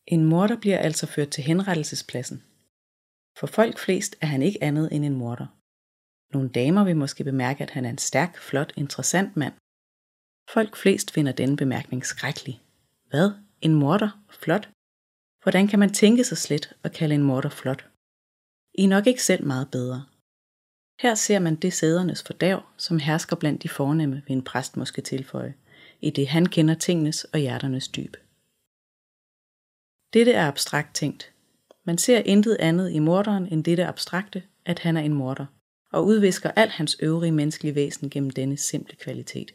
En morder bliver altså ført til henrettelsespladsen. For folk flest er han ikke andet end en morder. Nogle damer vil måske bemærke, at han er en stærk, flot, interessant mand. Folk flest finder denne bemærkning skrækkelig. Hvad? En morder? Flot? Hvordan kan man tænke sig slet og kalde en morder flot? I er nok ikke selv meget bedre. Her ser man det sædernes fordærv, som hersker blandt de fornemme, vil en præst måske tilføje, i det han kender tingenes og hjerternes dyb. Dette er abstrakt tænkt. Man ser intet andet i morderen end dette abstrakte, at han er en morder, og udvisker alt hans øvrige menneskelige væsen gennem denne simple kvalitet.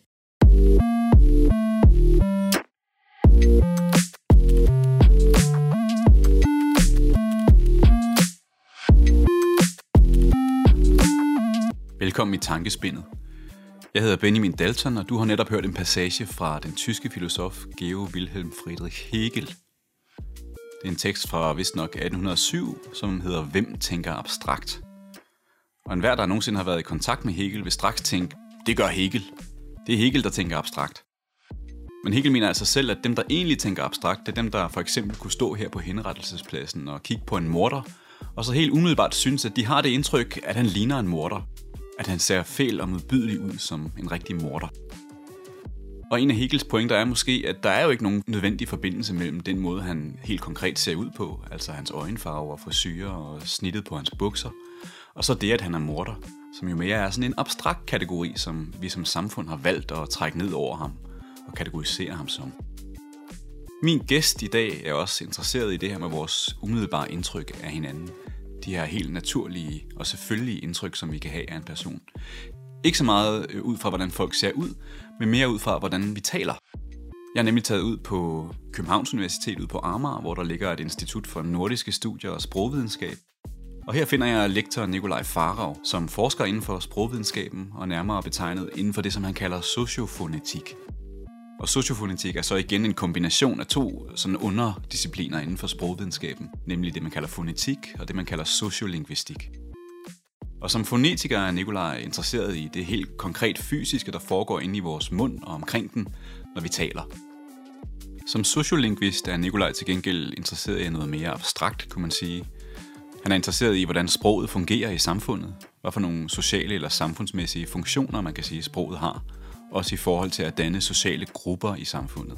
Velkommen i Tankespindet. Jeg hedder Benjamin Dalton, og du har netop hørt en passage fra den tyske filosof Georg Wilhelm Friedrich Hegel. Det er en tekst fra vistnok 1807, som hedder Hvem tænker abstrakt? Og enhver, der nogensinde har været i kontakt med Hegel, vil straks tænke, det gør Hegel. Det er Hegel, der tænker abstrakt. Men Hegel mener altså selv, at dem, der egentlig tænker abstrakt, det er dem, der for eksempel kunne stå her på henrettelsespladsen og kigge på en morder, og så helt umiddelbart synes, at de har det indtryk, at han ligner en morder. At han ser fæl og modbydelig ud som en rigtig morder. Og en af Hegels pointer er måske, at der er jo ikke nogen nødvendig forbindelse mellem den måde, han helt konkret ser ud på, altså hans øjenfarve og frisyrer og snittet på hans bukser, og så det, at han er morder, som jo mere er sådan en abstrakt kategori, som vi som samfund har valgt at trække ned over ham og kategorisere ham som. Min gæst i dag er også interesseret i det her med vores umiddelbare indtryk af hinanden. De her helt naturlige og selvfølgelige indtryk, som vi kan have af en person. Ikke så meget ud fra, hvordan folk ser ud, men mere ud fra, hvordan vi taler. Jeg er nemlig taget ud på Københavns Universitet, ud på Amager, hvor der ligger et institut for nordiske studier og sprogvidenskab. Og her finder jeg lektor Nikolaj Farag, som forsker inden for sprogvidenskaben og nærmere betegnet inden for det, som han kalder sociofonetik. Og sociofonetik er så igen en kombination af to sådan underdiscipliner inden for sprogvidenskaben, nemlig det, man kalder fonetik og det, man kalder sociolingvistik. Og som fonetiker er Nikolaj interesseret i det helt konkret fysiske, der foregår inde i vores mund og omkring den, når vi taler. Som sociolingvist er Nikolaj til gengæld interesseret i noget mere abstrakt, kunne man sige. Han er interesseret i, hvordan sproget fungerer i samfundet, hvad for nogle sociale eller samfundsmæssige funktioner, man kan sige, sproget har, også i forhold til at danne sociale grupper i samfundet.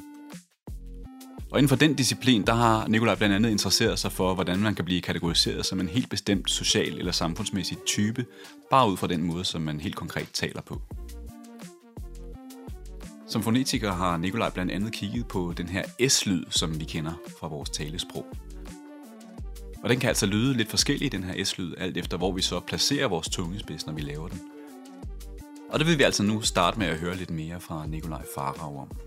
Og inden for den disciplin, der har Nikolaj blandt andet interesseret sig for, hvordan man kan blive kategoriseret som en helt bestemt social eller samfundsmæssig type, bare ud fra den måde, som man helt konkret taler på. Som fonetiker har Nikolaj blandt andet kigget på den her S-lyd, som vi kender fra vores talesprog. Og den kan altså lyde lidt forskelligt, den her S-lyd, alt efter hvor vi så placerer vores tungespids, når vi laver den. Og det vil vi altså nu starte med at høre lidt mere fra Nikolaj Farag om.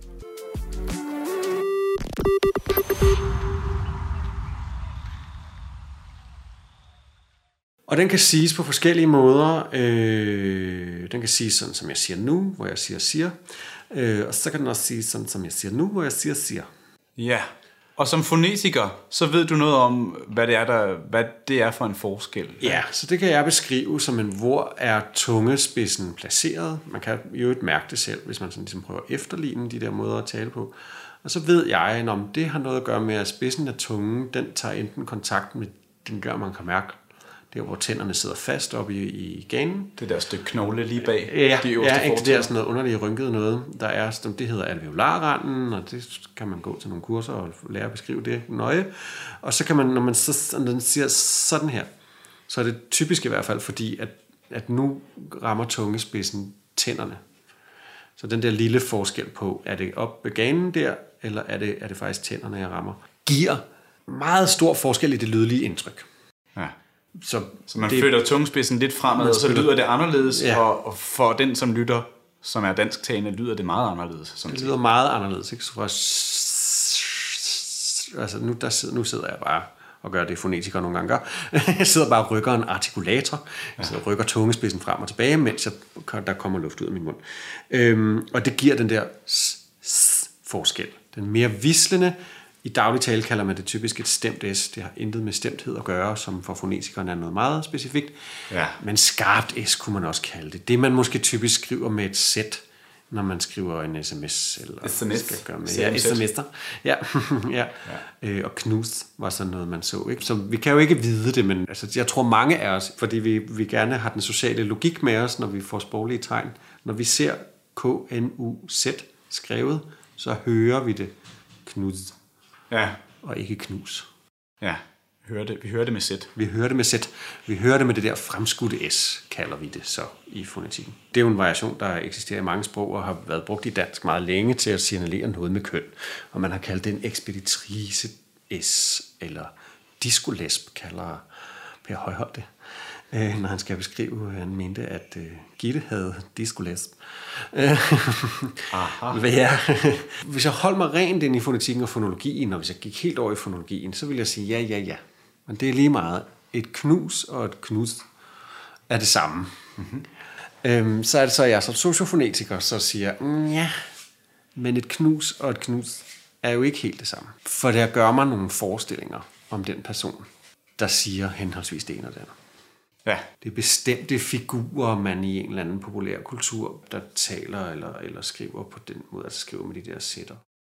Og den kan siges på forskellige måder. Den kan siges sådan, som jeg siger nu, hvor jeg siger. Og så kan den også siges sådan, som jeg siger nu, hvor jeg siger. Ja, og som fonetiker, så ved du noget om, hvad det er for en forskel. Ja, så det kan jeg beskrive som hvor er tungespidsen placeret. Man kan jo ikke mærke det selv, hvis man sådan ligesom prøver at efterligne de der måder at tale på. Og så ved jeg, om det har noget at gøre med, at spidsen af tungen, den tager enten kontakt med den gør, man kan mærke der, hvor tænderne sidder fast oppe i ganen. Det der stykke knogle lige bag. Ja, ikke det er sådan noget underligt rynket noget. Der er, det hedder alveolarranden, og det kan man gå til nogle kurser og lære at beskrive det nøje. Og så kan man, når den siger sådan her, så er det typisk i hvert fald, fordi at nu rammer tungespidsen tænderne. Så den der lille forskel på, er det op ved ganen der, eller er det faktisk tænderne, jeg rammer, giver meget stor forskel i det lydlige indtryk. Ja. Så man flytter tungespidsen lidt fremad, og så lyder det anderledes, ja. Og for den, som lytter, som er dansktalende, lyder det meget anderledes. Det lyder meget anderledes, ikke? Så nu sidder jeg bare og gør det, fonetikere nogle gange gør. Jeg sidder bare og rykker en artikulator. Jeg sidder og rykker tungespidsen frem og tilbage, mens der kommer luft ud af min mund. Og det giver den der forskel. Den mere vislende. I daglig tale kalder man det typisk et stemt S. Det har intet med stemthed at gøre, som for fonetikerne er noget meget specifikt. Ja. Men skarpt S kunne man også kalde det. Det man måske typisk skriver med et Z når man skriver en sms. Eller SMS. skal gøre med. Ja, sms'er. Ja. Ja. Og knus var sådan noget, man så. Ikke? Så vi kan jo ikke vide det, men altså, jeg tror mange af os, fordi vi gerne har den sociale logik med os, når vi får sproglige tegn. Når vi ser KNUZ skrevet, så hører vi det knus. Ja. Og ikke knus. Ja, vi hører det med sæt. Vi hører det med sæt. Vi hører det med det der fremskudte S, kalder vi det så i fonetikken. Det er jo en variation, der eksisterer i mange sprog og har været brugt i dansk meget længe til at signalere noget med køn. Og man har kaldt det en ekspeditrice S, eller diskolesb, kalder Per Højholt det. Når han skal beskrive, han mente, at Gitte havde diskolesb. Ja. Hvis jeg holdt mig rent ind i fonetikken og fonologien, og hvis jeg gik helt over i fonologien, så ville jeg sige ja. Men det er lige meget. Et knus og et knus er det samme. Mm-hmm. Så er det så, at jeg som sociofonetiker så siger, ja, men et knus og et knus er jo ikke helt det samme. For det gør mig nogle forestillinger om den person, der siger henholdsvis det ene og det andet. Ja. Det er bestemte figurer, man i en eller anden populær kultur, der taler eller skriver på den måde, altså skriver med de der sætter.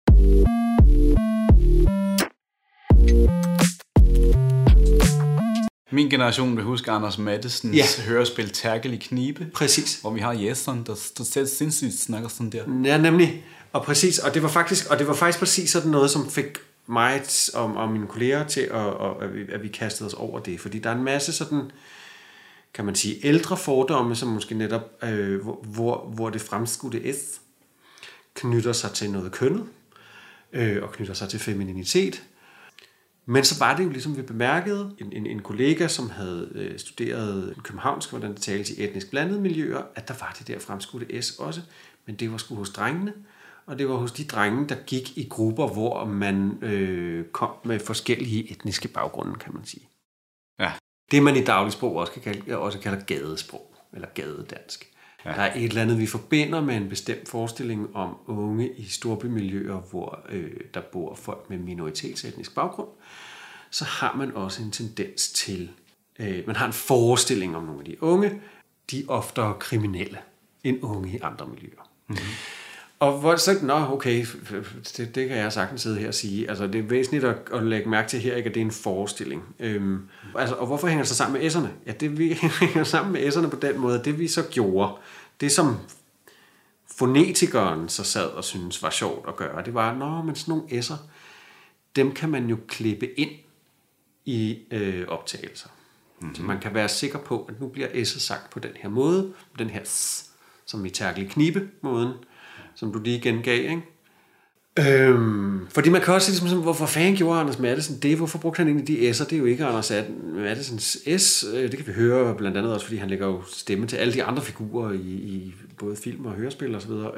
Min generation vil huske Anders Mattesens hørespil Terkel i Knibe. Præcis. Hvor vi har Jesson, der selv sindssygt snakker sådan der. Ja, nemlig. Og præcis. Og det var faktisk præcis sådan noget, som fik mig og mine kolleger til, at vi kastede os over det. Fordi der er en masse sådan, kan man sige, ældre fordomme, som måske netop, hvor det fremskudte S knytter sig til noget kønnet, og knytter sig til femininitet. Men så var det jo ligesom, vi bemærkede, en kollega, som havde studeret københavnsk, hvordan det tales i etnisk blandede miljøer, at der var det der fremskudte S også, men det var sgu hos drengene, og det var hos de drenge, der gik i grupper, hvor man kom med forskellige etniske baggrunde, kan man sige. Ja. Det man i dagligsprog også kalder gadesprog, eller gadedansk. Ja. Der er et eller andet, vi forbinder med en bestemt forestilling om unge i storbymiljøer, hvor der bor folk med minoritetsetnisk baggrund. Så har man også en tendens til, man har en forestilling om nogle af de unge, de er oftere kriminelle end unge i andre miljøer. Mm-hmm. Og hvor så, okay, det kan jeg sagtens sidde her og sige. Altså, det er væsentligt at lægge mærke til her, ikke, at det er en forestilling. Og hvorfor hænger det så sammen med S'erne? Ja, det vi hænger sammen med S'erne på den måde, det vi så gjorde, det som fonetikeren så sad og syntes var sjovt at gøre, det var, men sådan nogle S'er, dem kan man jo klippe ind i optagelser. Mm-hmm. Så man kan være sikker på, at nu bliver S'er sagt på den her måde, på den her S, som i Terkel i Knibe-måden, som du lige gengav, ikke? Fordi man kan også sige, ligesom, hvorfor fanden gjorde Anders Mattesen det? Hvorfor brugte han egentlig de S'er? Det er jo ikke Anders Mattesens S. Det kan vi høre blandt andet også, fordi han lægger jo stemme til alle de andre figurer i både film og hørespil og så videre.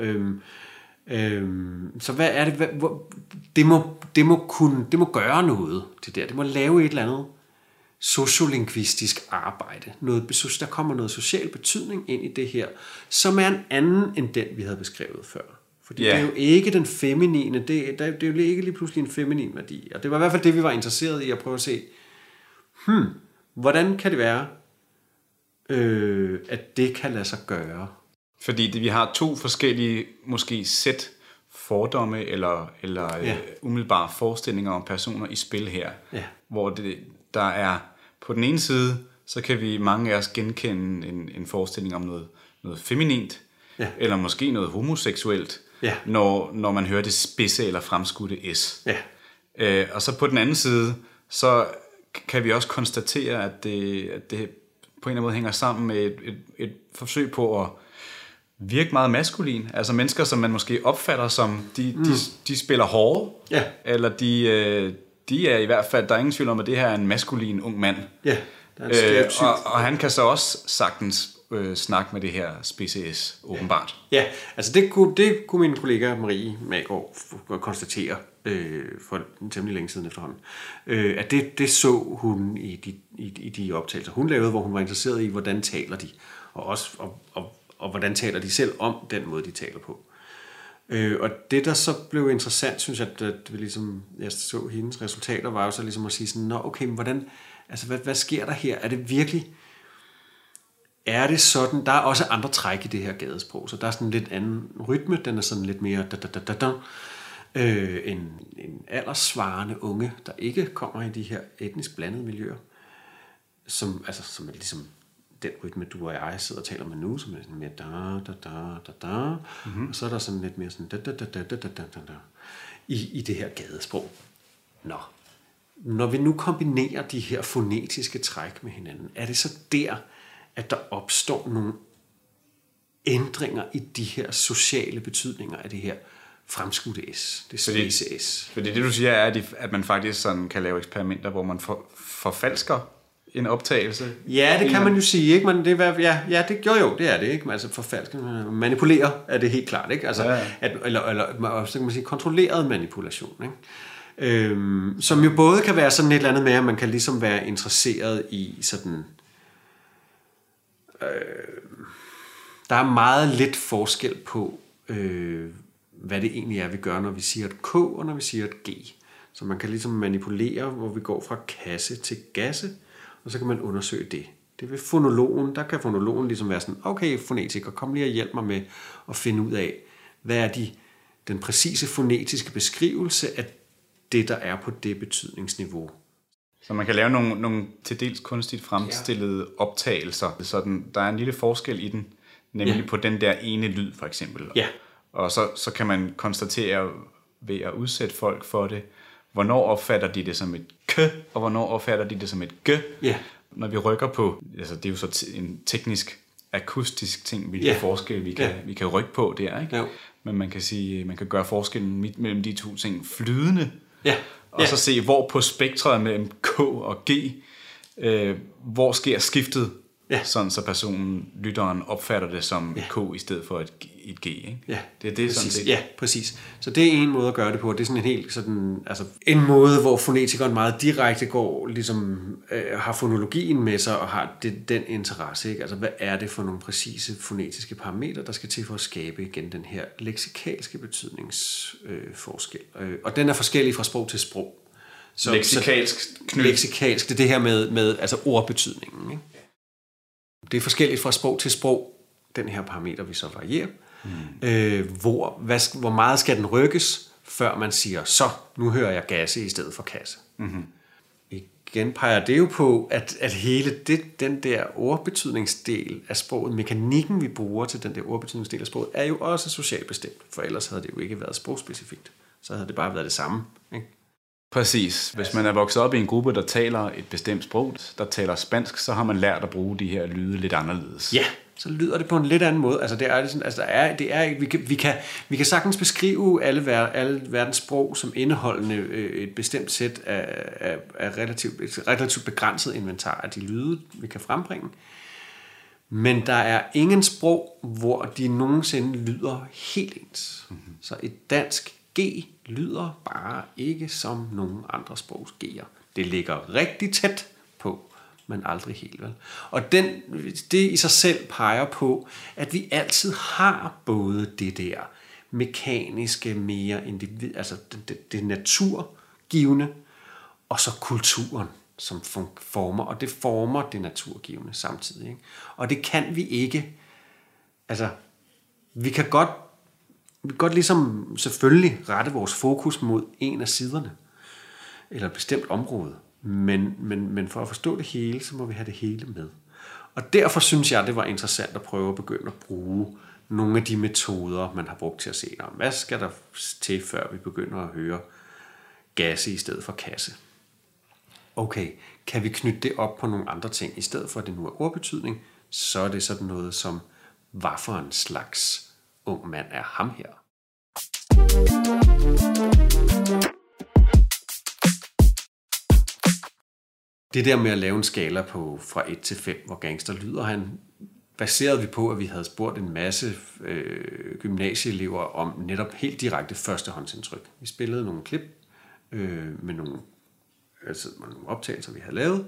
Så hvad er det? Det må gøre noget, det der. Det må lave et eller andet sociolingvistisk arbejde. Der kommer noget social betydning ind i det her, som er en anden end den, vi havde beskrevet før. Fordi det er jo ikke den feminine, det er jo ikke lige pludselig en feminin værdi. Og det var i hvert fald det, vi var interesseret i at prøve at se, hvordan kan det være, at det kan lade sig gøre? Fordi vi har to forskellige, måske sæt fordomme, eller umiddelbare forestillinger om personer i spil her. Ja. Hvor der er, på den ene side, så kan vi mange af os genkende en forestilling om noget feminint, eller måske noget homoseksuelt, når man hører det spidse eller fremskudte S. Ja. Og så på den anden side, så kan vi også konstatere, at det på en eller anden måde hænger sammen med et forsøg på at virke meget maskulin. Altså mennesker, som man måske opfatter som, de spiller hårde, eller de er i hvert fald, der er ingen tvivl om, at det her er en maskulin ung mand. Ja, og han kan så også sagtens snakke med det her spidse S, åbenbart. Ja, altså det kunne min kollega Marie Maggaard konstatere for temmelig længe siden efterhånden. At det så hun i de optagelser, hun lavede, hvor hun var interesseret i, hvordan taler de, og hvordan taler de selv om den måde, de taler på. Og det, der så blev interessant, synes jeg, at vi ligesom, jeg så hendes resultater, var jo så ligesom at sige sådan, okay, men hvordan, altså hvad sker der her? Er det virkelig, er det sådan, der er også andre træk i det her gadesprog, så der er sådan en lidt anden rytme, den er sådan lidt mere en alderssvarende unge, der ikke kommer i de her etnisk blandede miljøer, som er ligesom den rytme, du og jeg sidder og taler med nu, som er sådan mere og så er der sådan lidt mere sådan i det her gadesprog. Nå. Når vi nu kombinerer de her fonetiske træk med hinanden, er det så der, at der opstår nogle ændringer i de her sociale betydninger af det her fremskudte S, det spidse S. Fordi det, du siger, er, at man faktisk sådan kan lave eksperimenter, hvor man forfalsker en optagelse. Ja, det kan man jo sige, ikke? Men det er det, ikke? Altså forfalske, manipulere er det helt klart, ikke? Altså, eller så kan man sige kontrolleret manipulation, ikke? Som jo både kan være sådan et eller andet med, at man kan ligesom være interesseret i sådan der er meget lidt forskel på hvad det egentlig er, vi gør, når vi siger et K og når vi siger et G. Så man kan ligesom manipulere, hvor vi går fra kasse til gasse, og så kan man undersøge det. Det vil fonologen, der kan fonologen ligesom være sådan, okay, fonetiker, kom lige og hjælp mig med at finde ud af, hvad er den præcise fonetiske beskrivelse af det, der er på det betydningsniveau. Så man kan lave nogle til dels kunstigt fremstillede optagelser, så der er en lille forskel i den, nemlig på den der ene lyd for eksempel. Ja. Og så kan man konstatere ved at udsætte folk for det, hvornår opfatter de det som et k, og hvornår opfatter de det som et g. Ja. Når vi rykker på, altså det er jo så en teknisk, akustisk ting, hvilke forskel vi kan rykke på der, ikke? Jo. Men man kan sige, man kan gøre forskellen mellem de to ting flydende, ja. Og så se, hvor på spektret mellem K og G, hvor sker skiftet, sådan så lytteren opfatter det som et K i stedet for et G. Ikke? Ja, det præcis. Sådan set. Ja, præcis. Så det er en måde at gøre det på. Det er sådan en helt sådan, altså en måde, hvor fonetikeren meget direkte går, ligesom har fonologien med sig og har den interesse. Ikke? Altså hvad er det for nogle præcise fonetiske parametre, der skal til for at skabe igen den her leksikalske betydningsforskel. Og den er forskellig fra sprog til sprog. Så leksikalsk, det er det her med altså ordbetydningen. Ikke? Det er forskelligt fra sprog til sprog, den her parameter, vi så varierer. Hvor meget skal den rykkes, før man siger, så nu hører jeg gasse i stedet for kasse. Mm-hmm. Igen peger det jo på, at hele den der ordbetydningsdel af sproget, mekanikken vi bruger til den der ordbetydningsdel af sproget, er jo også socialt bestemt, for ellers havde det jo ikke været sprogspecifikt. Så havde det bare været det samme, ikke? Præcis. Hvis man er vokset op i en gruppe, der taler et bestemt sprog, der taler spansk, så har man lært at bruge de her lyde lidt anderledes. Ja, så lyder det på en lidt anden måde. Altså vi kan sagtens beskrive alle verdens sprog som indeholdende et bestemt sæt af relativt begrænset inventar af de lyde, vi kan frembringe. Men der er ingen sprog, hvor de nogensinde lyder helt ens. Mm-hmm. Så et dansk G lyder bare ikke som nogen andre sprogs G'er. Det ligger rigtig tæt på, men aldrig helt vel. Og det i sig selv peger på, at vi altid har både det der mekaniske, mere individ, altså det naturgivende, og så kulturen, som former, og det former det naturgivende samtidig. Ikke? Og det kan vi ikke, altså vi kan godt ligesom selvfølgelig rette vores fokus mod en af siderne, eller et bestemt område. Men for at forstå det hele, så må vi have det hele med. Og derfor synes jeg, det var interessant at prøve at begynde at bruge nogle af de metoder, man har brugt til at se, hvad skal der til, før vi begynder at høre gasse i stedet for kasse. Okay, kan vi knytte det op på nogle andre ting, i stedet for at det nu er ordbetydning, så er det sådan noget som, hvad for en slags ung mand er ham her. Det der med at lave en skala fra 1 til 5, hvor gangster lyder, baserede vi på, at vi havde spurgt en masse gymnasieelever om netop helt direkte førstehåndsindtryk. Vi spillede nogle klip med nogle optagelser, vi havde lavet,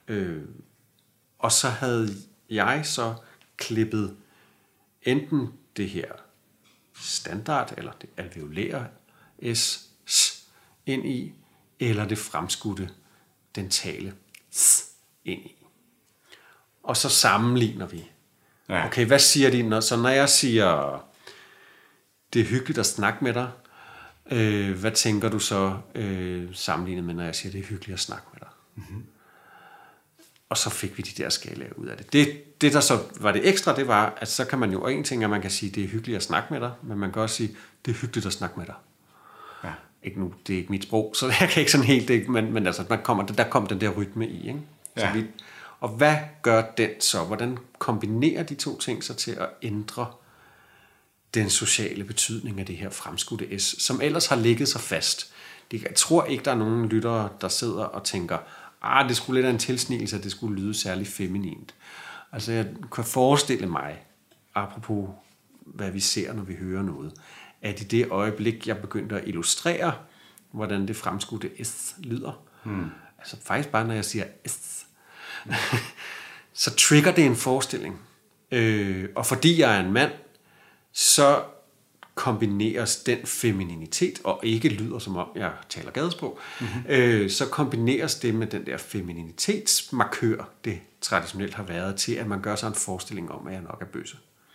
og så havde jeg så klippet enten det her standard, eller det alveolære S ind i, eller det fremskudte dentale S ind i. Og så sammenligner vi Ja. Okay, hvad siger de? Når jeg siger, det er hyggeligt at snakke med dig, hvad tænker du så sammenlignet med, når jeg siger, det er hyggeligt at snakke med dig? Mm-hmm. Og så fik vi de der skalaer ud af det. Det, der så var det ekstra, det var, at så kan man jo, en ting er, at man kan sige, det er hyggeligt at snakke med dig, men man kan også sige, det er hyggeligt at snakke med dig. Ja. Ikke nu, det er ikke mit sprog, så jeg kan ikke sådan helt det, men altså, der kom den der rytme i, ikke? Ja. Og hvad gør den så? Hvordan kombinerer de to ting sig til at ændre den sociale betydning af det her fremskudte S, som ellers har ligget så fast? Jeg tror ikke, der er nogen lyttere, der sidder og tænker, det skulle lidt af en tilsnigelse, at det skulle lyde særlig feminint. Altså, jeg kan forestille mig, apropos hvad vi ser, når vi hører noget, at i det øjeblik, jeg begyndte at illustrere, hvordan det fremskudte S lyder, altså faktisk bare, når jeg siger S, så trigger det en forestilling. Og fordi jeg er en mand, så kombineres den femininitet, og ikke lyder som om jeg taler gadesprog, så kombineres det med den der femininitetsmarkør, det traditionelt har været, til at man gør sig en forestilling om, at jeg nok er bøsse.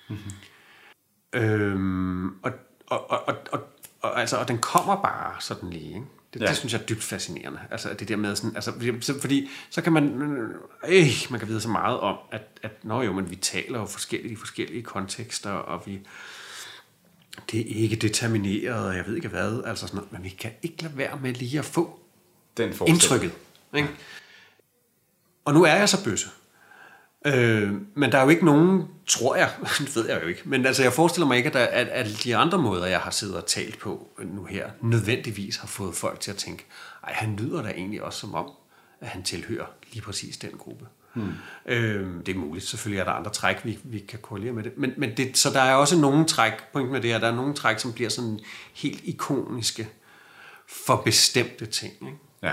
Og den kommer bare sådan lige, ikke? Det synes jeg er dybt fascinerende. Altså det der med sådan, altså fordi så kan man kan vide så meget om, at men vi taler jo i forskellige kontekster, og det er ikke determineret, og jeg ved ikke hvad, altså sådan noget, men vi kan ikke lade være med lige at få den indtrykket. Ikke? Og nu er jeg så bøsse. Men der er jo ikke nogen, tror jeg, det ved jeg jo ikke, men altså jeg forestiller mig ikke, at de andre måder, jeg har siddet og talt på nu her, nødvendigvis har fået folk til at tænke, han lyder da egentlig også som om, at han tilhører lige præcis den gruppe. Det er muligt, selvfølgelig er der andre træk, vi kan korrelere med det, men det, så der er også nogle træk, point med det her, der er nogle træk, som bliver sådan helt ikoniske for bestemte ting, ikke? Ja.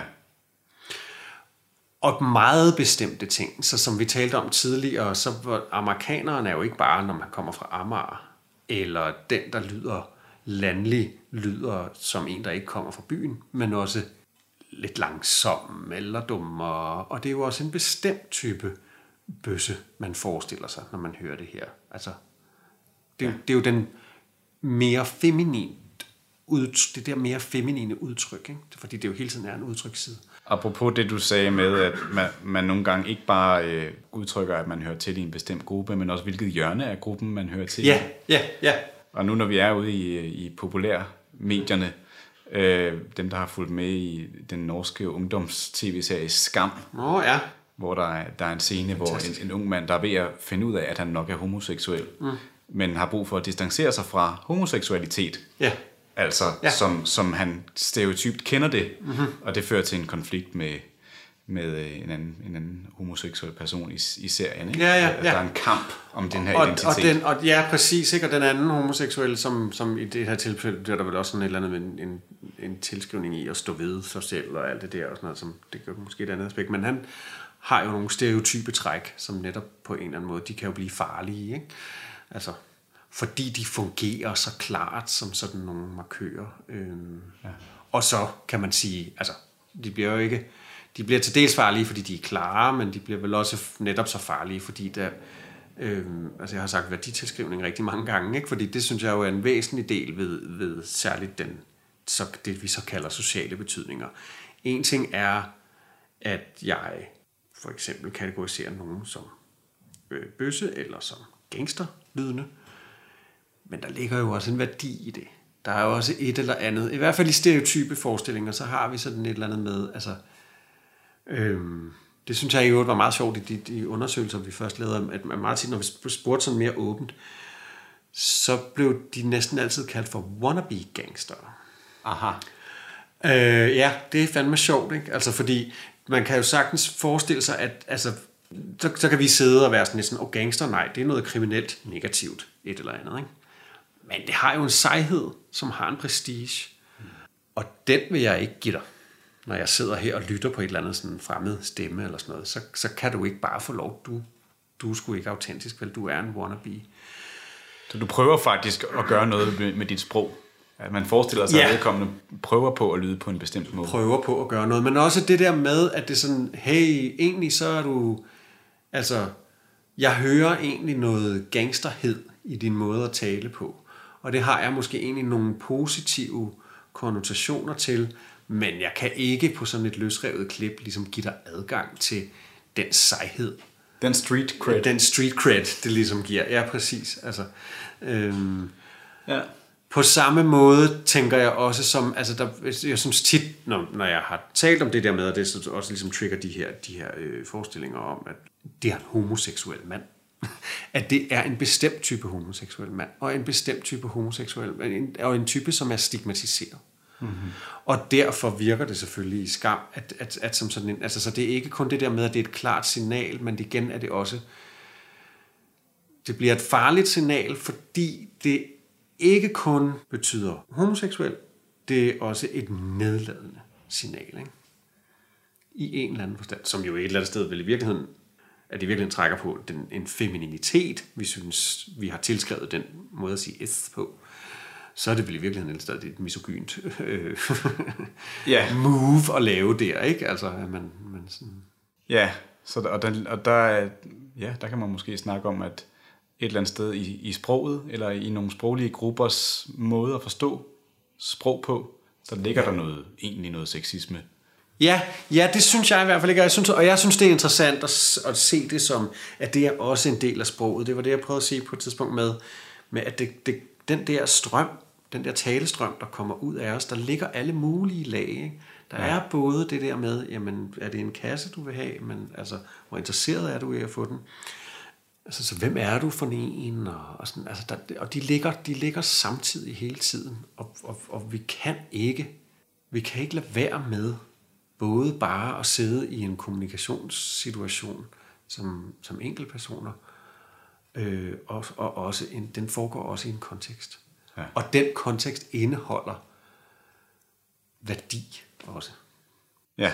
Og meget bestemte ting, så som vi talte om tidligere, så var amerikaneren er jo ikke bare, når man kommer fra Amager, eller den, der lyder landlig, lyder som en, der ikke kommer fra byen, men også lidt langsom eller dummere. Og det er jo også en bestemt type bøsse, man forestiller sig, når man hører det her. Altså, det er jo den mere feminine det der mere feminine udtryk, ikke? Fordi det jo hele tiden er en udtryksside. Apropos det, du sagde med, at man nogle gange ikke bare udtrykker, at man hører til i en bestemt gruppe, men også hvilket hjørne af gruppen, man hører til. Ja. Og nu når vi er ude i populærmedierne, dem, der har fulgt med i den norske ungdoms-tv-serie Skam, hvor der er en scene, hvor en ung mand, der er ved at finde ud af, at han nok er homoseksuel, men har brug for at distancere sig fra homoseksualitet. Ja. Altså, som han stereotypt kender det, og det fører til en konflikt med en anden homoseksuel person i serien. Ikke? Ja. Der er en kamp om den her identitet. Og præcis, ikke? Og den anden homoseksuelle, som i det her tilfælde, der er der vel også sådan et eller andet med en tilskrivning i at stå ved sig selv og alt det der, og sådan noget, som det gør måske et andet aspekt, men han har jo nogle stereotype træk, som netop på en eller anden måde, de kan jo blive farlige, ikke? Altså, fordi de fungerer så klart som sådan nogle markører. Og så kan man sige, altså, de bliver til dels farlige, fordi de er klare, men de bliver vel også netop så farlige, fordi der, altså jeg har sagt værditilskrivning rigtig mange gange, ikke? Fordi det synes jeg jo er en væsentlig del ved særligt det vi så kalder sociale betydninger. En ting er, at jeg for eksempel kategoriserer nogen som bøsse eller som gangsterlydende, men der ligger jo også en værdi i det. Der er jo også et eller andet, i hvert fald i stereotype forestillinger, så har vi sådan et eller andet med, altså, det synes jeg i øvrigt var meget sjovt i de undersøgelser, vi først lavede, at meget tit, når vi spurgte sådan mere åbent, så blev de næsten altid kaldt for wannabe gangster. Aha. Ja, det er fandme sjovt, ikke? Altså, fordi man kan jo sagtens forestille sig, at altså, så kan vi sidde og være sådan lidt sådan, gangster, nej, det er noget kriminelt negativt, et eller andet, ikke? Men det har jo en sejhed, som har en prestige. Og den vil jeg ikke give dig. Når jeg sidder her og lytter på et eller andet sådan fremmed stemme eller sådan noget, så kan du ikke bare få lov. Du er sgu ikke autentisk, vel? Du er en wannabe. Så du prøver faktisk at gøre noget med dit sprog? At man forestiller sig, at vedkommende prøver på at lyde på en bestemt måde? Prøver på at gøre noget, men også det der med, at det er sådan, hey, egentlig så er du, altså, Jeg hører egentlig noget gangsterhed i din måde at tale på, og det har jeg måske egentlig nogle positive konnotationer til, men jeg kan ikke på sådan et løsrevet klip ligesom give dig adgang til den sejhed. Den street cred. Den street cred, det ligesom giver. Ja, præcis. Altså, Ja. På samme måde tænker jeg også som, altså jeg synes tit, når jeg har talt om det der med, og det også ligesom trigger de her forestillinger om, at det er en homoseksuel mand. At det er en bestemt type homoseksuel mand, og en bestemt type og en type, som er stigmatiseret. Mm-hmm. Og derfor virker det selvfølgelig i skam, at som sådan en, altså så det er ikke kun det der med, at det er et klart signal, men igen er det også, det bliver et farligt signal, fordi det ikke kun betyder homoseksuel, det er også et nedladende signal, ikke? I en eller anden forstand, som jo et eller andet sted vel i virkeligheden, at det virkelig trækker på en femininitet, vi synes, vi har tilskrevet den måde at sige S på, så er det vel i virkeligheden stadig et misogynt move at lave der, ikke? Altså, at man sådan... Ja, så der kan man måske snakke om, at et eller andet sted i sproget, eller i nogle sproglige gruppers måde at forstå sprog på, der ligger der noget sexisme. Ja, det synes jeg i hvert fald ikke. Jeg synes det er interessant at se det som, at det er også en del af sproget. Det var det, jeg prøvede at sige på et tidspunkt med at den der strøm, den der talestrøm, der kommer ud af os, der ligger alle mulige lag, ikke? Der er både det der med, jamen, er det en kasse, du vil have, men altså, hvor interesseret er du i at få den? Altså, så hvem er du for en? Og sådan, altså, og de ligger samtidig hele tiden, og vi kan ikke lade være med både bare at sidde i en kommunikationssituation som enkeltpersoner, og også den foregår også i en kontekst. Ja. Og den kontekst indeholder værdi også. Ja.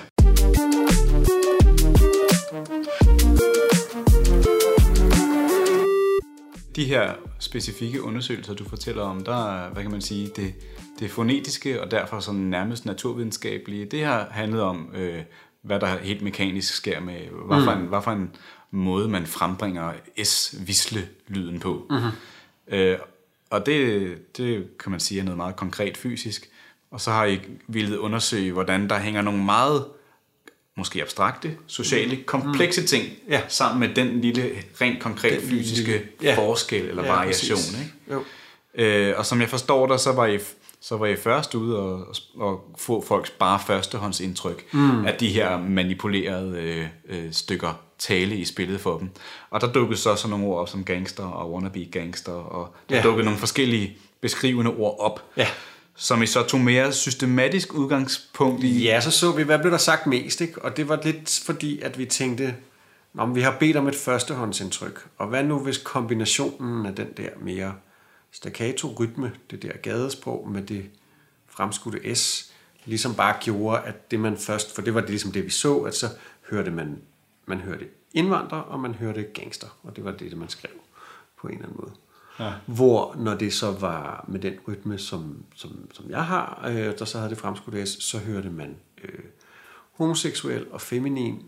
De her specifikke undersøgelser, du fortæller om, der, hvad kan man sige, det fonetiske og derfor sådan nærmest naturvidenskabelige, det har handlet om, hvad der helt mekanisk sker med, hvad for en måde man frembringer S-visle-lyden på. Mm-hmm. Og det kan man sige er noget meget konkret fysisk. Og så har I ville undersøge, hvordan der hænger nogle meget måske abstrakte, sociale, komplekse ting sammen med den lille, rent konkret fysiske forskel eller variation. Ikke? Og som jeg forstår dig, så var I først ude og få folks bare førstehåndsindtryk af de her manipulerede stykker tale i spillet for dem. Og der dukkede så nogle ord op som gangster og wannabe gangster, og der dukkede nogle forskellige beskrivende ord op. Ja. Som I så tog mere systematisk udgangspunkt i? Ja, så vi, hvad blev der sagt mest, ikke? Og det var lidt fordi, at vi tænkte, vi har bedt om et førstehåndsindtryk. Og hvad nu, hvis kombinationen af den der mere staccato-rytme, det der gadesprog med det fremskudte S, ligesom bare gjorde, at det man først, for det var det ligesom det, vi så, at så hørte man hørte indvandrer, og man hørte gangster. Og det var det, man skrev på en eller anden måde. Ja. Hvor når det så var med den rytme, som jeg har, der så havde det fremskudt S, så hørte man homoseksuel og feminin.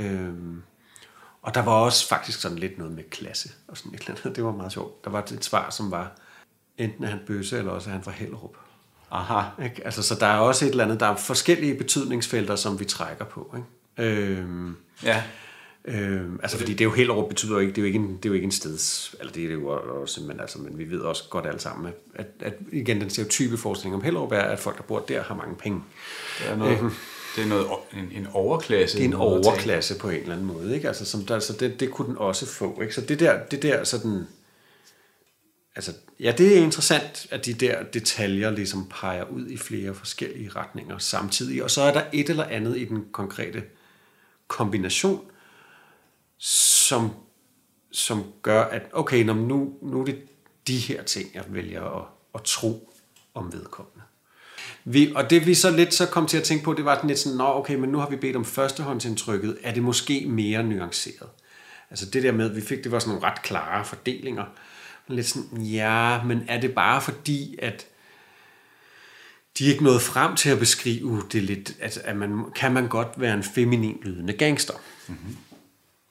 Og der var også faktisk sådan lidt noget med klasse og sådan et eller andet. Det var meget sjovt. Der var et svar, som var, enten er han bøsse, eller også er han fra Hellerup. Aha. Ikke? Altså, så der er også et eller andet, der er forskellige betydningsfelter, som vi trækker på. Ikke? Ja. Altså fordi det er jo Hellerup betyder jo ikke, det er jo ikke en steds, eller det er jo også, men vi ved også godt alle sammen, at igen den stereotype forestilling om Hellerup er, at folk der bor der har mange penge. Det er noget, en overklasse. Det er en overklasse på en eller anden måde, ikke? Altså så det kunne den også få, ikke? Så det der sådan, altså ja, det er interessant, at de der detaljer ligesom peger ud i flere forskellige retninger samtidig, og så er der et eller andet i den konkrete kombination, som gør, at okay, nu er det de her ting, jeg vælger at tro om vedkommende. Og det vi så lidt så kom til at tænke på, det var lidt sådan, okay, men nu har vi bedt om førstehåndsindtrykket, er det måske mere nuanceret? Altså det der med, at vi fik, det var sådan nogle ret klare fordelinger. Lidt sådan, ja, men er det bare fordi, at de er ikke nået frem til at beskrive det lidt, at kan man godt være en feminin lydende gangster? Mm-hmm.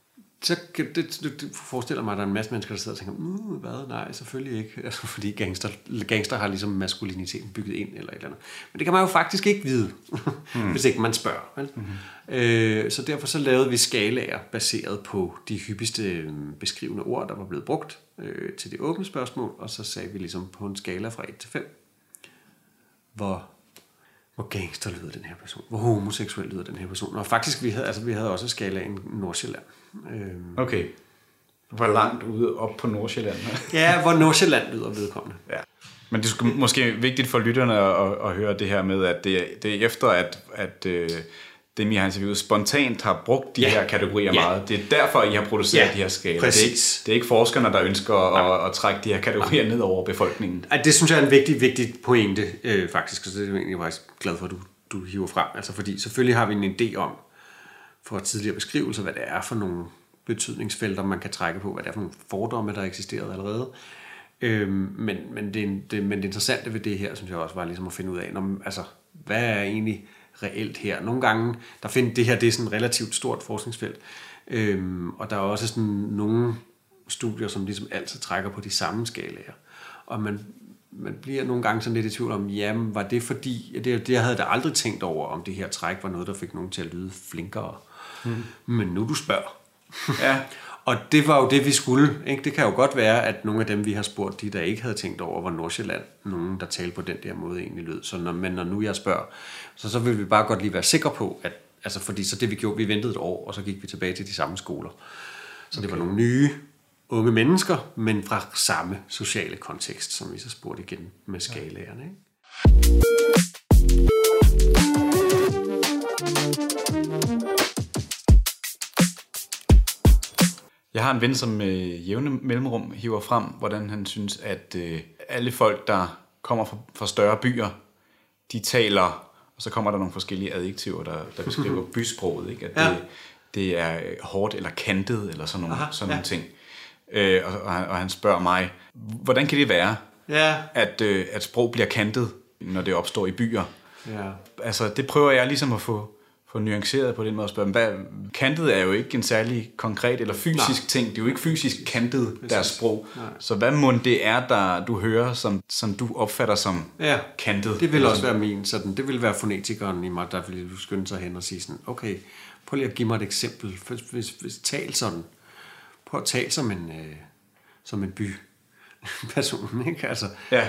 så det forestiller mig, at der er en masse mennesker, der sidder og tænker, hvad? Nej, selvfølgelig ikke. Altså, fordi gangster har ligesom maskuliniteten bygget ind, eller et eller andet. Men det kan man jo faktisk ikke vide, hvis ikke man spørger. Vel? Så derfor så lavede vi skalaer, baseret på de hyppigste beskrivende ord, der var blevet brugt til de åbne spørgsmål, og så sagde vi ligesom på en skala fra 1 til 5, hvor gangster lyder den her person, hvor homoseksuel lyder den her person. Og faktisk, vi havde også skalaen Nordsjælland. Okay. Hvor langt ude op på Nordsjælland? Ja, hvor Nordsjælland lyder vedkommende. Ja. Men det er måske vigtigt for lytterne at høre det her med, at det er efter, at dem, I har interviewet, spontant har brugt de her kategorier meget. Det er derfor, I har produceret de her skalaer. Det er ikke forskerne, der ønsker at trække de her kategorier ned over befolkningen. Det synes jeg er en vigtig pointe, faktisk. Så det er jeg egentlig faktisk glad for, at du hiver frem. Altså, fordi selvfølgelig har vi en idé om, for tidligere beskrivelser, hvad det er for nogle betydningsfelter, man kan trække på, hvad det er for nogle fordomme, der eksisterede allerede. Men det interessante ved det her, synes jeg også var ligesom at finde ud af, hvad er egentlig reelt her. Nogle gange, det her, det er sådan et relativt stort forskningsfelt, og der er også sådan nogle studier, som ligesom altid trækker på de samme skalaer. Og man bliver nogle gange sådan lidt i tvivl om, jamen, var det fordi, jeg havde da aldrig tænkt over, om det her træk var noget, der fik nogen til at lyde flinkere. Men nu du spørger. Ja. Og det var jo det, vi skulle. Ikke? Det kan jo godt være, at nogle af dem, vi har spurgt, de der ikke havde tænkt over, hvor Nordsjælland, nogen, der talte på den der måde, egentlig lød. Så men når nu jeg spørger, så vil vi bare godt lige være sikre på, at fordi så det vi gjorde, vi ventede et år, og så gik vi tilbage til de samme skoler. Så det var nogle nye, unge mennesker, men fra samme sociale kontekst, som vi så spurgte igen med skalaerne. Ikke? Jeg har en ven, som med jævne mellemrum hiver frem, hvordan han synes, at alle folk, der kommer fra større byer, de taler, og så kommer der nogle forskellige adjektiver, der beskriver bysproget, ikke? At det er hårdt eller kantet, eller sådan nogle ting. Og han spørger mig, hvordan kan det være, at sprog bliver kantet, når det opstår i byer? Ja. Altså, det prøver jeg ligesom at få nuanceret på den måde at spørge, kantet er jo ikke en særlig konkret eller fysisk ting. Det er jo ikke fysisk kantet, deres sprog. Nej. Så hvad må det er, der du hører, som du opfatter som kantet? Det vil også være min sådan. Det vil være fonetikeren i mig, der vil skynde sig hen og sige sådan, okay, prøv lige at give mig et eksempel. Hvis tal sådan. Prøv at tale som en byperson, ikke? Altså,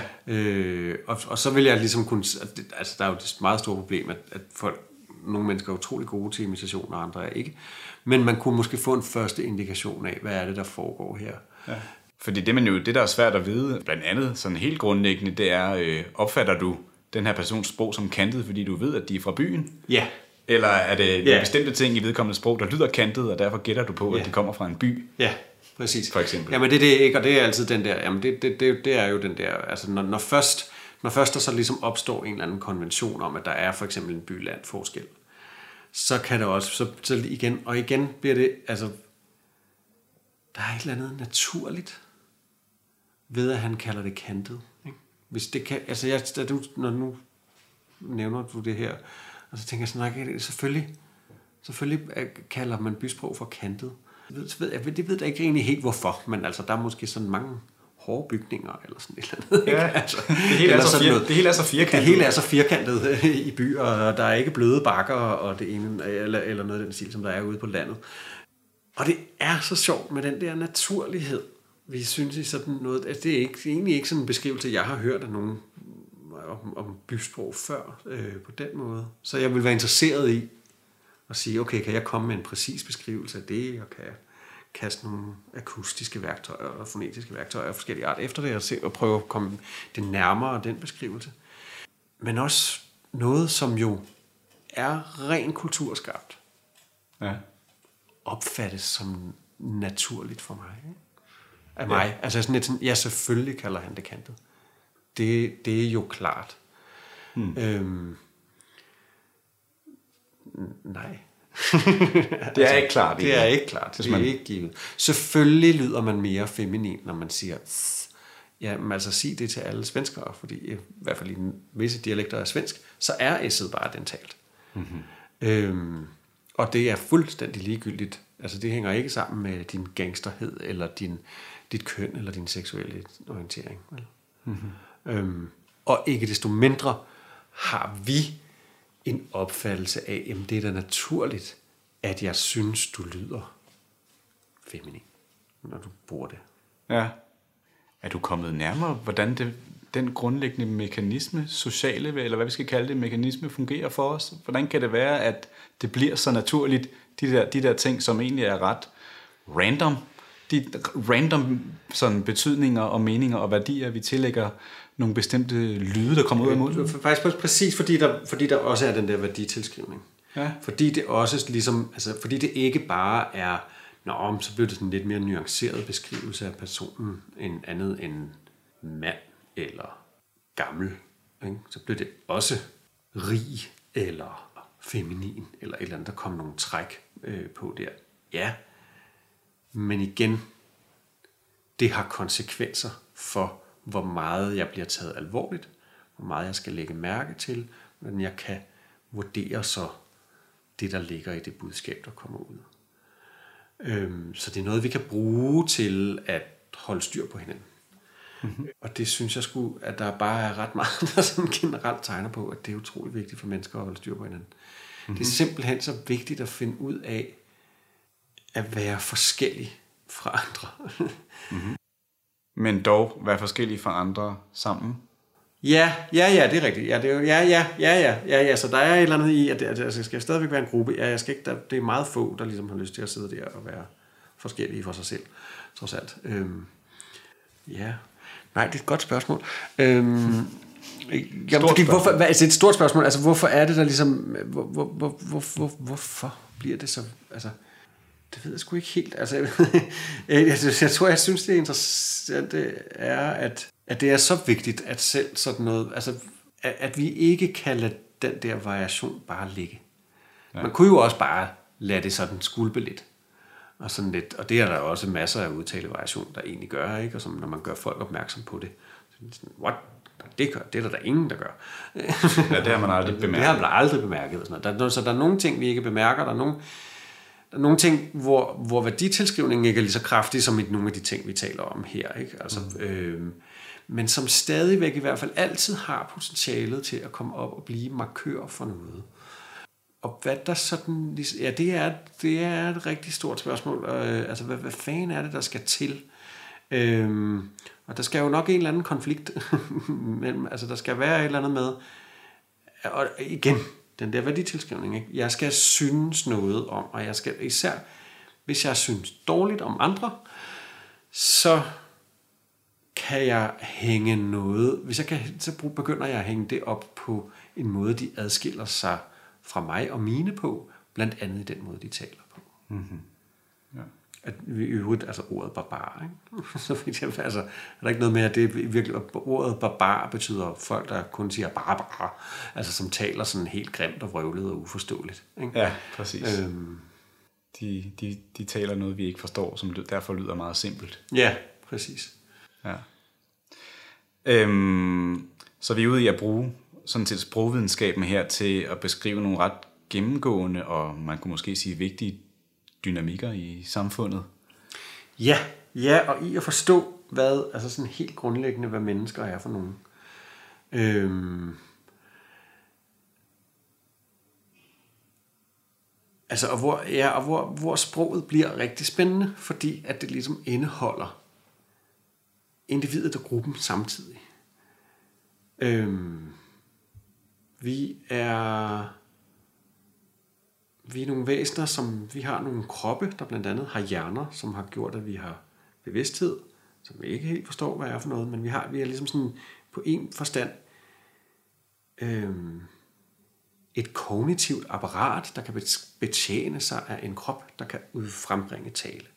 og så vil jeg ligesom kunne, altså der er jo et meget stort problem, at folk, nogle mennesker er utrolig gode til imitation, og andre er ikke. Men man kunne måske få en første indikation af, hvad er det, der foregår her. Ja. Fordi det der er svært at vide, blandt andet sådan helt grundlæggende, det er, opfatter du den her persons sprog som kantet, fordi du ved, at de er fra byen? Ja. Eller er det nogle bestemte ting i vedkommende sprog, der lyder kantet, og derfor gætter du på, at de kommer fra en by? Ja, præcis. For eksempel. Jamen det er ikke, og det er altid den der, jamen det er jo den der, altså når først der så ligesom opstår en eller anden konvention om, at der er for eksempel en by-land forskel, så kan det også, så igen bliver det, altså, der er et eller andet naturligt ved, at han kalder det kantet. Ikke? Hvis det kan, altså når nu nævner du det her, og så tænker jeg sådan, selvfølgelig kalder man bysprog for kantet. Det ved jeg ikke egentlig helt hvorfor, men altså, der er måske sådan mange hårde bygninger, eller sådan et eller andet. Ja, altså, det hele er så firkantet. Det hele er så firkantet i byer, og der er ikke bløde bakker, og det ene, eller noget af den stil, som der er ude på landet. Og det er så sjovt med den der naturlighed. Vi synes i sådan noget, at det er egentlig ikke sådan en beskrivelse, jeg har hørt af nogen om bysprog før på den måde. Så jeg vil være interesseret i at sige, okay, kan jeg komme med en præcis beskrivelse af det, og kan jeg kaste nogle akustiske værktøjer og fonetiske værktøjer af forskellige art efter det, og prøve at komme det nærmere den beskrivelse. Men også noget, som jo er ren kulturskabt, opfattes som naturligt for mig. Ikke? Af mig. Altså sådan lidt sådan, ja, selvfølgelig kalder han det kantet. Det er jo klart. Nej. Det er ikke klart. Det er ikke klart. Det er ikke givet. Selvfølgelig lyder man mere feminin, når man siger, ja, men altså sig det til alle svenskere, fordi i hvert fald i visse dialekter af svensk, så er s'et bare dentalt. Og det er fuldstændig ligegyldigt, Altså det hænger ikke sammen med din gangsterhed, eller dit køn, eller din seksuelle orientering. Mm-hmm. Og ikke desto mindre har vi en opfattelse af, at det er da naturligt, at jeg synes, du lyder feminin, når du bruger det. Ja. Er du kommet nærmere, hvordan den grundlæggende mekanisme, sociale, eller hvad vi skal kalde det, mekanisme fungerer for os? Hvordan kan det være, at det bliver så naturligt, de der ting, som egentlig er ret random, de random sådan betydninger og meninger og værdier, vi tillægger nogle bestemte lyde, der kommer ud af munden? Faktisk præcis, fordi der også er den der værditilskrivning. Ja. Fordi det også ligesom, altså fordi det ikke bare er, så bliver det sådan en lidt mere nuanceret beskrivelse af personen, end andet end mand eller gammel. Ikke? Så bliver det også rig eller feminin, eller et eller andet, der kommer nogle træk på der. Ja, men igen, det har konsekvenser for, hvor meget jeg bliver taget alvorligt, hvor meget jeg skal lægge mærke til, hvordan jeg kan vurdere så det, der ligger i det budskab, der kommer ud. Så det er noget, vi kan bruge til at holde styr på hinanden. Mm-hmm. Og det synes jeg sgu, at der bare er ret meget, der sådan generelt tegner på, at det er utrolig vigtigt for mennesker at holde styr på hinanden. Mm-hmm. Det er simpelthen så vigtigt at finde ud af, at være forskellig fra andre. Mm-hmm. Men dog være forskellige fra andre sammen. Ja, det er rigtigt. Ja, så der er et eller andet i, at det skal stadigvæk være en gruppe. Ja, jeg skal ikke, det er meget få, der ligesom har lyst til at sidde der og være forskellige for sig selv, trods alt. Ja. Nej, det er et godt spørgsmål. Hvorfor, altså et stort spørgsmål. Altså, hvorfor er det der ligesom... Hvorfor bliver det så... Altså, det ved jeg sgu ikke helt. Altså, jeg synes, det er interessant, det er, at det er så vigtigt, at selv sådan noget... Altså, at vi ikke kan lade den der variation bare ligge. Ja. Man kunne jo også bare lade det sådan skulpe lidt. Og sådan lidt, og det er der også masser af udtalevariation, der egentlig gør, ikke? Og som når man gør folk opmærksom på det. Sådan, what? Det er der ingen, der gør. Ja, det har man aldrig bemærket. Det har man aldrig bemærket. Og sådan noget. Så der er nogle ting, vi ikke bemærker. Der er nogle ting, hvor værditilskrivningen ikke er lige så kraftig, som i nogle af de ting, vi taler om her. Ikke? Altså, men som stadigvæk i hvert fald altid har potentialet til at komme op og blive markør for noget. Og hvad der sådan... Ja, det er et rigtig stort spørgsmål. Altså, hvad fanden er det, der skal til? Og der skal jo nok en eller anden konflikt mellem... Altså, der skal være et eller andet med... Og igen, den der værditilskrivning, ikke? Jeg skal synes noget om, og jeg skal især... Hvis jeg synes dårligt om andre, så kan jeg hænge noget... så begynder jeg at hænge det op på en måde, de adskiller sig fra mig og mine på, blandt andet i den måde, de taler på. Mm-hmm. Ja. At i øvrigt, altså ordet barbar, ikke? Så altså, er der ikke noget med, at det virkelig, ordet barbar betyder folk, der kun siger barbar, altså som taler sådan helt grimt og vrøvlet og uforståeligt. Ikke? Ja, præcis. De taler noget, vi ikke forstår, som derfor lyder meget simpelt. Ja, præcis. Ja. Så vi er ude i at bruge sådan set sprogvidenskaben her til at beskrive nogle ret gennemgående og man kunne måske sige vigtige dynamikker i samfundet. Ja, og i at forstå altså sådan helt grundlæggende, hvad mennesker er for nogen. Altså, hvor sproget bliver rigtig spændende, fordi at det ligesom indeholder individet og gruppen samtidig. Vi er nogle væsener, som vi har nogle kroppe, der blandt andet har hjerner, som har gjort, at vi har bevidsthed, som vi ikke helt forstår, hvad er for noget, men vi er ligesom sådan på en forstand et kognitivt apparat, der kan betjene sig af en krop, der kan frembringe tale.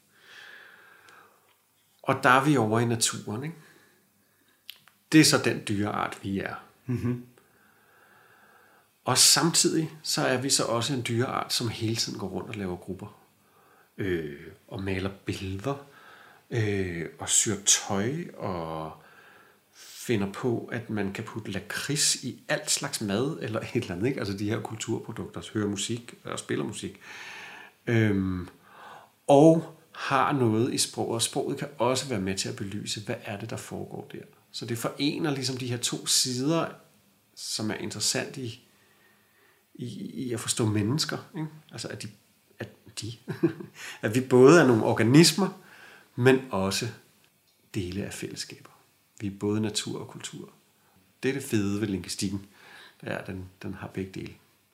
Og der er vi over i naturen, ikke? Det er så den dyreart, vi er. Mm-hmm. Og samtidig så er vi så også en dyreart, som hele tiden går rundt og laver grupper. Og maler billeder. Og syr tøj. Og finder på, at man kan putte lakrids i alt slags mad. Eller et eller andet, ikke? Altså de her kulturprodukter. Hører musik og spiller musik. og har noget i sproget, og sproget kan også være med til at belyse, hvad er det, der foregår der. Så det forener ligesom de her to sider, som er interessant i at forstå mennesker. Ikke? Altså at vi både er nogle organismer, men også dele af fællesskaber. Vi er både natur og kultur. Det er det fede ved lingvistikken. Det er, den har begge dele.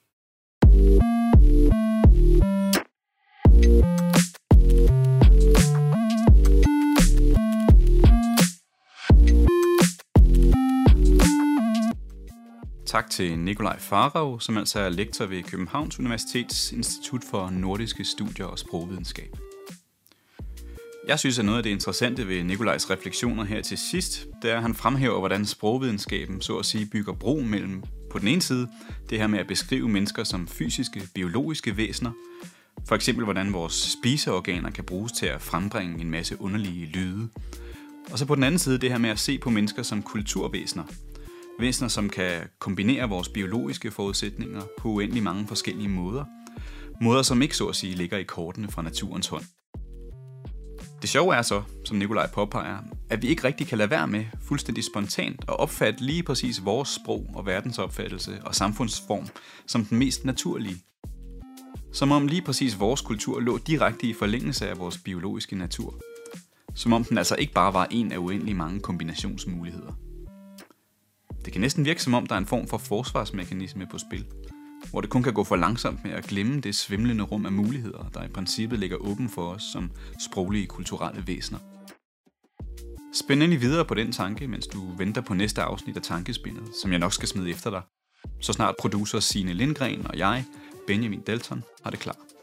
Tak til Nikolaj Farag, som altså er lektor ved Københavns Universitets Institut for Nordiske Studier og Sprogvidenskab. Jeg synes, at noget af det interessante ved Nikolajs refleksioner her til sidst, det er, at han fremhæver, hvordan sprogvidenskaben så at sige bygger bro mellem på den ene side det her med at beskrive mennesker som fysiske, biologiske væsener, for eksempel hvordan vores spiseorganer kan bruges til at frembringe en masse underlige lyde, og så på den anden side det her med at se på mennesker som kulturvæsener, væsener, som kan kombinere vores biologiske forudsætninger på uendelig mange forskellige måder. Måder, som ikke så at sige ligger i kortene fra naturens hånd. Det sjove er så, som Nikolaj påpeger, at vi ikke rigtig kan lade være med fuldstændig spontant at opfatte lige præcis vores sprog og verdensopfattelse og samfundsform som den mest naturlige. Som om lige præcis vores kultur lå direkte i forlængelse af vores biologiske natur. Som om den altså ikke bare var en af uendelig mange kombinationsmuligheder. Det kan næsten virke som om, der er en form for forsvarsmekanisme på spil, hvor det kun kan gå for langsomt med at glemme det svimlende rum af muligheder, der i princippet ligger åben for os som sproglige kulturelle væsener. Spænd endelig videre på den tanke, mens du venter på næste afsnit af Tankespindet, som jeg nok skal smide efter dig, så snart producer Signe Lindgren og jeg, Benjamin Dalton, har det klar.